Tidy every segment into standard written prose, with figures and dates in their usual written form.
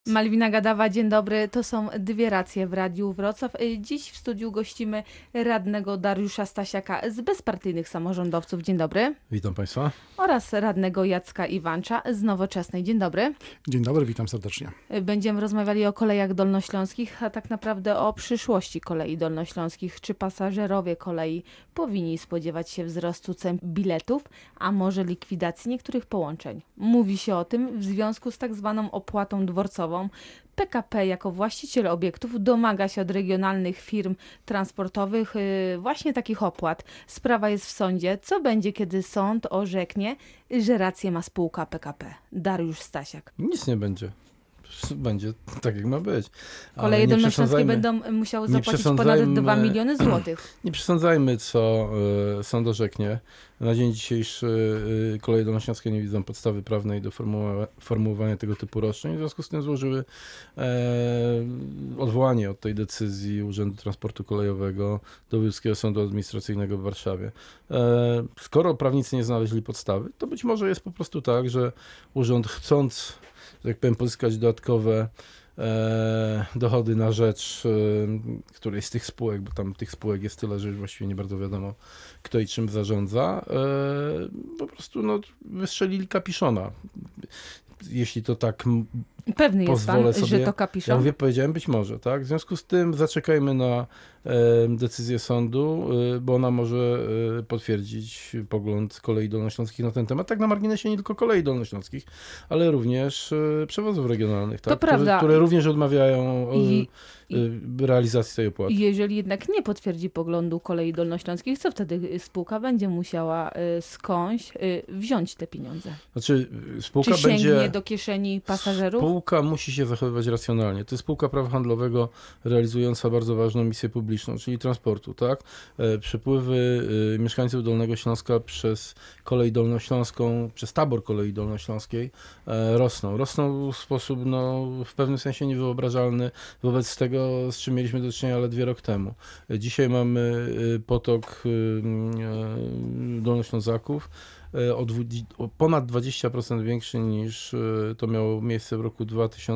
Malwina Gadawa, dzień dobry. To są dwie racje w Radiu Wrocław. Dziś w studiu gościmy radnego Dariusza Stasiaka z Bezpartyjnych Samorządowców. Dzień dobry. Witam Państwa. Oraz radnego Jacka Iwancza z Nowoczesnej. Dzień dobry. Dzień dobry, witam serdecznie. Będziemy rozmawiali o kolejach dolnośląskich, a tak naprawdę o przyszłości kolei dolnośląskich. Czy pasażerowie kolei powinni spodziewać się wzrostu cen biletów, a może likwidacji niektórych połączeń? Mówi się o tym w związku z tak zwaną opłatą dworcową. PKP jako właściciel obiektów domaga się od regionalnych firm transportowych właśnie takich opłat. Sprawa jest w sądzie. Co będzie, kiedy sąd orzeknie, że rację ma spółka PKP? Dariusz Stasiak. Nic nie będzie. Będzie tak, jak ma być. Koleje dolnośląskie będą musiały zapłacić ponad 2 miliony złotych. Nie przesądzajmy, co sąd orzeknie. Na dzień dzisiejszy Koleje Dolnośląskie nie widzą podstawy prawnej do formułowania tego typu roszczeń. W związku z tym złożyły odwołanie od tej decyzji Urzędu Transportu Kolejowego do Wojewódzkiego Sądu Administracyjnego w Warszawie. Skoro prawnicy nie znaleźli podstawy, to być może jest po prostu tak, że urząd, chcąc, że tak powiem, pozyskać dodatkowe dochody na rzecz którejś z tych spółek, bo tam tych spółek jest tyle, że już właściwie nie bardzo wiadomo, kto i czym zarządza, po prostu wystrzelili kapiszona. Jeśli to tak pewny jest pan, sobie, że to kapiszon? Ja mówię, powiedziałem być może, tak? W związku z tym zaczekajmy na decyzję sądu, bo ona może potwierdzić pogląd Kolei Dolnośląskich na ten temat. Tak na marginesie nie tylko Kolei Dolnośląskich, ale również przewozów regionalnych, tak? To prawda. Które również odmawiają realizacji tej opłaty. Jeżeli jednak nie potwierdzi poglądu Kolei Dolnośląskich, co wtedy spółka będzie musiała skądś wziąć te pieniądze? Znaczy, spółka Czy sięgnie będzie do kieszeni pasażerów? Spółka musi się zachowywać racjonalnie. To jest spółka prawa handlowego realizująca bardzo ważną misję publiczną, czyli transportu, tak? Przepływy mieszkańców Dolnego Śląska przez Kolej Dolnośląską, przez tabor Kolei Dolnośląskiej rosną. Rosną w sposób w pewnym sensie niewyobrażalny wobec tego, z czym mieliśmy do czynienia ledwie rok temu. Dzisiaj mamy potok Dolnoślązaków o ponad 20% większy niż to miało miejsce w roku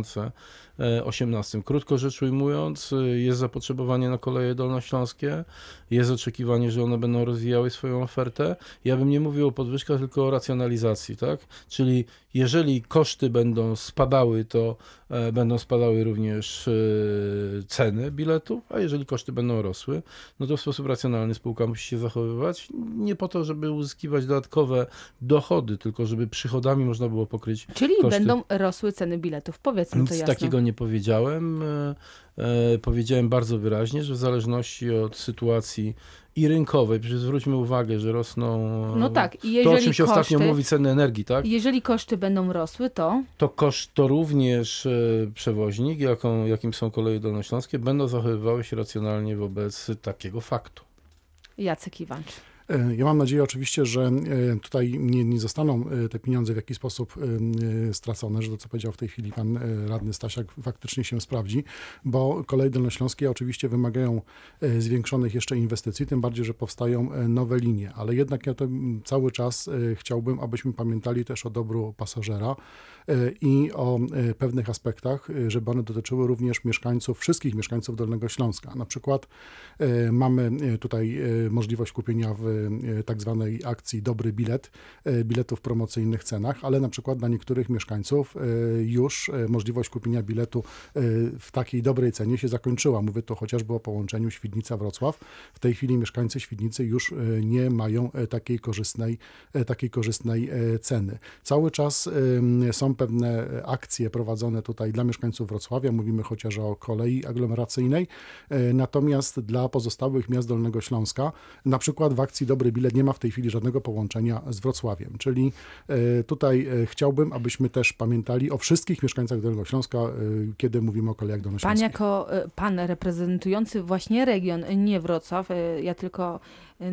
2018. Krótko rzecz ujmując, jest zapotrzebowanie na koleje dolnośląskie, jest oczekiwanie, że one będą rozwijały swoją ofertę. Ja bym nie mówił o podwyżkach, tylko o racjonalizacji, tak? Czyli jeżeli koszty będą spadały, to będą spadały również ceny biletów, a jeżeli koszty będą rosły, no to w sposób racjonalny spółka musi się zachowywać. Nie po to, żeby uzyskiwać dodatkowe dochody, tylko żeby przychodami można było pokryć Czyli koszty. będą rosły ceny biletów, powiedzmy to Nic jasno. takiego nie powiedziałem. Powiedziałem bardzo wyraźnie, że w zależności od sytuacji i rynkowej, przecież zwróćmy uwagę, że rosną No tak, i to, o jeżeli czym się ostatnio mówi, ceny energii, tak? Jeżeli koszty będą rosły, to To również przewoźnik, jakim są Koleje Dolnośląskie, będą zachowywały się racjonalnie wobec takiego faktu. Jacek Iwancz. Ja mam nadzieję oczywiście, że tutaj nie zostaną te pieniądze w jakiś sposób stracone, że to, co powiedział w tej chwili pan radny Stasiak, faktycznie się sprawdzi, bo Koleje Dolnośląskie oczywiście wymagają zwiększonych jeszcze inwestycji, tym bardziej, że powstają nowe linie, ale jednak ja to cały czas chciałbym, abyśmy pamiętali też o dobru pasażera i o pewnych aspektach, żeby one dotyczyły również wszystkich mieszkańców Dolnego Śląska. Na przykład mamy tutaj możliwość kupienia w tak zwanej akcji Dobry Bilet, biletów w promocyjnych cenach, ale na przykład dla niektórych mieszkańców już możliwość kupienia biletu w takiej dobrej cenie się zakończyła. Mówię tu chociażby o połączeniu Świdnica-Wrocław. W tej chwili mieszkańcy Świdnicy już nie mają takiej korzystnej ceny. Cały czas są pewne akcje prowadzone tutaj dla mieszkańców Wrocławia, mówimy chociaż o kolei aglomeracyjnej, natomiast dla pozostałych miast Dolnego Śląska, na przykład w akcji Dobry Bilet nie ma w tej chwili żadnego połączenia z Wrocławiem, czyli tutaj chciałbym, abyśmy też pamiętali o wszystkich mieszkańcach Dolnego Śląska, kiedy mówimy o kolejach dolnośląskich. Pan reprezentujący właśnie region, nie Wrocław, ja tylko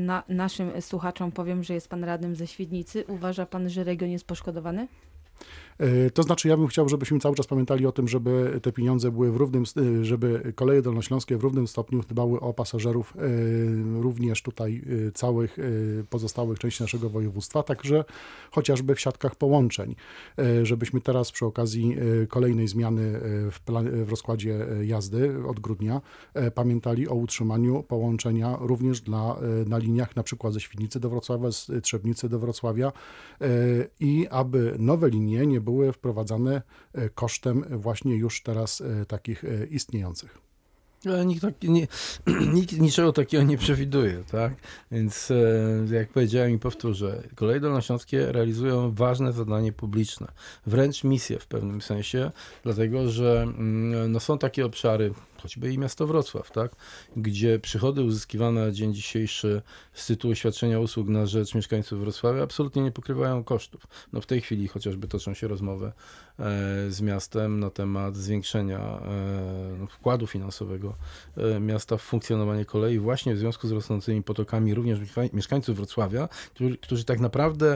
naszym słuchaczom powiem, że jest pan radnym ze Świdnicy. Uważa pan, że region jest poszkodowany? To znaczy, ja bym chciał, żebyśmy cały czas pamiętali o tym, żeby te pieniądze były żeby koleje dolnośląskie w równym stopniu dbały o pasażerów również tutaj całych pozostałych części naszego województwa, także chociażby w siatkach połączeń, żebyśmy teraz przy okazji kolejnej zmiany w rozkładzie jazdy od grudnia pamiętali o utrzymaniu połączenia również na liniach na przykład ze Świdnicy do Wrocławia, z Trzebnicy do Wrocławia i aby nowe linie nie były wprowadzane kosztem właśnie już teraz takich istniejących. Ale nikt niczego takiego nie przewiduje, tak? Więc jak powiedziałem i powtórzę, Koleje Dolnośląskie realizują ważne zadanie publiczne, wręcz misję w pewnym sensie, dlatego że no, są takie obszary, choćby i miasto Wrocław, tak? Gdzie przychody uzyskiwane na dzień dzisiejszy z tytułu świadczenia usług na rzecz mieszkańców Wrocławia absolutnie nie pokrywają kosztów. No w tej chwili chociażby toczą się rozmowy z miastem na temat zwiększenia wkładu finansowego miasta w funkcjonowanie kolei właśnie w związku z rosnącymi potokami również mieszkańców Wrocławia, którzy tak naprawdę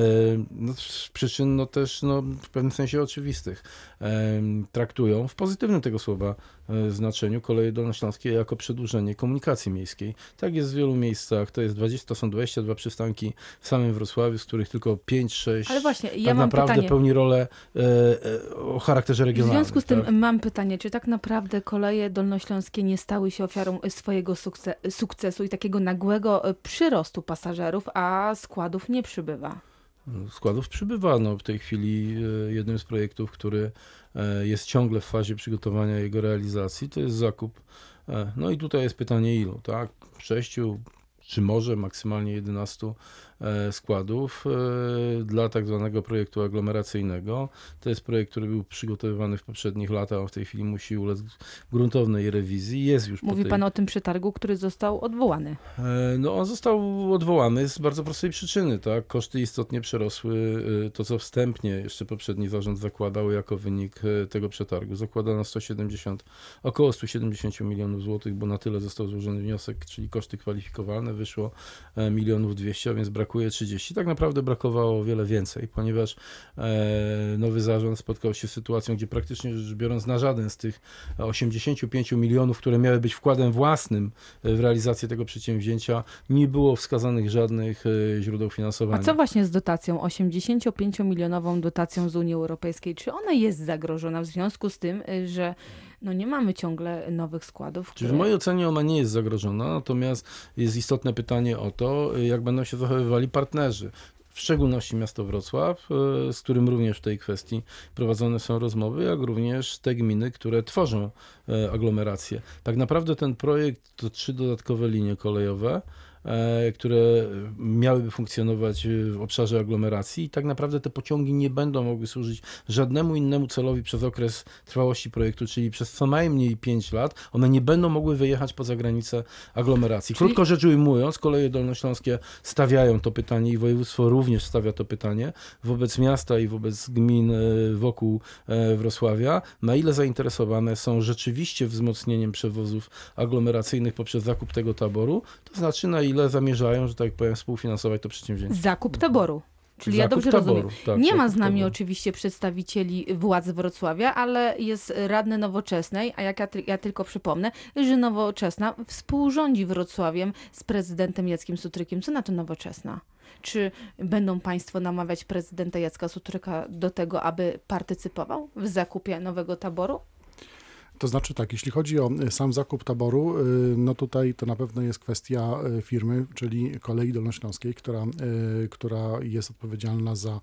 z przyczyn no też w pewnym sensie oczywistych traktują w pozytywnym tego słowa znaczeniu Koleje Dolnośląskie jako przedłużenie komunikacji miejskiej. Tak jest w wielu miejscach, to są 22 przystanki w samym Wrocławiu, z których tylko 5-6 Ale właśnie, ja tak mam naprawdę pytanie. pełni rolę o charakterze W regionalnym. związku z tym tak? mam pytanie, czy tak naprawdę Koleje Dolnośląskie nie stały się ofiarą swojego sukcesu i takiego nagłego przyrostu pasażerów, a składów nie przybywa? Składów przybywa. No, w tej chwili jednym z projektów, który jest ciągle w fazie przygotowania jego realizacji, to jest zakup. No i tutaj jest pytanie ilu, tak? 6 czy może maksymalnie 11 składów dla tak zwanego projektu aglomeracyjnego. To jest projekt, który był przygotowywany w poprzednich latach, a w tej chwili musi ulec gruntownej rewizji. Jest już Mówi pan o tym przetargu, który został odwołany. No on został odwołany z bardzo prostej przyczyny, tak? Koszty istotnie przerosły to, co wstępnie jeszcze poprzedni zarząd zakładał jako wynik tego przetargu. Zakładano około 170 milionów złotych, bo na tyle został złożony wniosek, czyli koszty kwalifikowalne, wyszło 1 200 000, a więc brakuje 30. Tak naprawdę brakowało o wiele więcej, ponieważ nowy zarząd spotkał się z sytuacją, gdzie praktycznie rzecz biorąc na żaden z tych 85 milionów, które miały być wkładem własnym w realizację tego przedsięwzięcia, nie było wskazanych żadnych źródeł finansowania. A co właśnie z dotacją, 85-milionową dotacją z Unii Europejskiej? Czy ona jest zagrożona w związku z tym, że nie mamy ciągle nowych składów? Czyli w mojej ocenie ona nie jest zagrożona, natomiast jest istotne pytanie o to, jak będą się zachowywali partnerzy. W szczególności miasto Wrocław, z którym również w tej kwestii prowadzone są rozmowy, jak również te gminy, które tworzą aglomerację. Tak naprawdę ten projekt to 3 dodatkowe linie kolejowe, które miałyby funkcjonować w obszarze aglomeracji i tak naprawdę te pociągi nie będą mogły służyć żadnemu innemu celowi przez okres trwałości projektu, czyli przez co najmniej 5 lat. One nie będą mogły wyjechać poza granicę aglomeracji. Krótko rzecz ujmując, Koleje Dolnośląskie stawiają to pytanie i województwo również stawia to pytanie wobec miasta i wobec gmin wokół Wrocławia, na ile zainteresowane są rzeczywiście wzmocnieniem przewozów aglomeracyjnych poprzez zakup tego taboru, to znaczy na ile zamierzają, że tak powiem, współfinansować to przedsięwzięcie. Zakup taboru. Czyli ja Zakup dobrze taboru, rozumiem. tak, Nie ma zakup z nami taboru. oczywiście przedstawicieli władz Wrocławia, ale jest radny Nowoczesnej, a ja tylko przypomnę, że Nowoczesna współrządzi Wrocławiem z prezydentem Jackiem Sutrykiem. Co na to Nowoczesna? Czy będą państwo namawiać prezydenta Jacka Sutryka do tego, aby partycypował w zakupie nowego taboru? To znaczy tak, jeśli chodzi o sam zakup taboru, no tutaj to na pewno jest kwestia firmy, czyli Kolei Dolnośląskiej, która jest odpowiedzialna za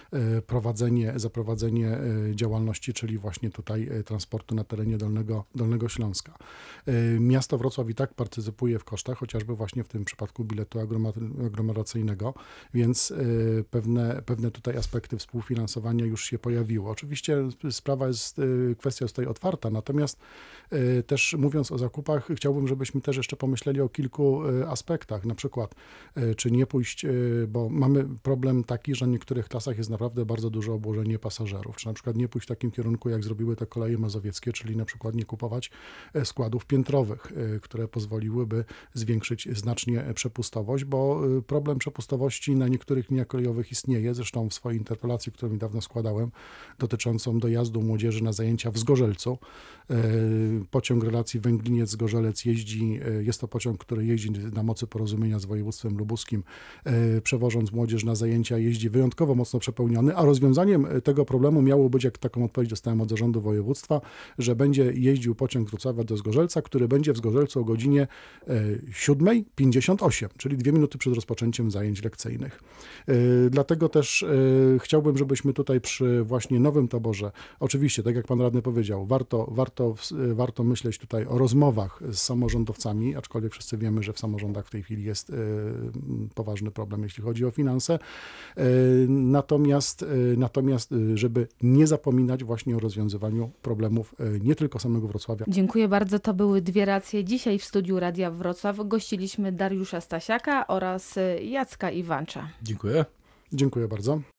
prowadzenie działalności, czyli właśnie tutaj transportu na terenie Dolnego Śląska. Miasto Wrocław i tak partycypuje w kosztach, chociażby właśnie w tym przypadku biletu aglomeracyjnego, więc pewne tutaj aspekty współfinansowania już się pojawiło. Oczywiście kwestia jest tutaj otwarta, natomiast Natomiast też mówiąc o zakupach, chciałbym, żebyśmy też jeszcze pomyśleli o kilku aspektach. Na przykład, czy nie pójść, bo mamy problem taki, że w niektórych klasach jest naprawdę bardzo duże obłożenie pasażerów. Czy na przykład nie pójść w takim kierunku, jak zrobiły te koleje mazowieckie, czyli na przykład nie kupować składów piętrowych, które pozwoliłyby zwiększyć znacznie przepustowość, bo problem przepustowości na niektórych liniach kolejowych istnieje. Zresztą w swojej interpelacji, którą niedawno składałem, dotyczącą dojazdu młodzieży na zajęcia w Zgorzelcu. Pociąg relacji Węgliniec-Zgorzelec jeździ, jest to pociąg, który jeździ na mocy porozumienia z województwem lubuskim, przewożąc młodzież na zajęcia, jeździ wyjątkowo mocno przepełniony, a rozwiązaniem tego problemu miało być, jak taką odpowiedź dostałem od zarządu województwa, że będzie jeździł pociąg z Wrocławia do Zgorzelca, który będzie w Zgorzelcu o godzinie 7:58, czyli 2 minuty przed rozpoczęciem zajęć lekcyjnych. Dlatego też chciałbym, żebyśmy tutaj przy właśnie nowym taborze, oczywiście, tak jak pan radny powiedział, warto myśleć tutaj o rozmowach z samorządowcami, aczkolwiek wszyscy wiemy, że w samorządach w tej chwili jest poważny problem, jeśli chodzi o finanse. Natomiast żeby nie zapominać właśnie o rozwiązywaniu problemów nie tylko samego Wrocławia. Dziękuję bardzo. To były dwie racje. Dzisiaj w studiu Radia Wrocław gościliśmy Dariusza Stasiaka oraz Jacka Iwancza. Dziękuję. Dziękuję bardzo.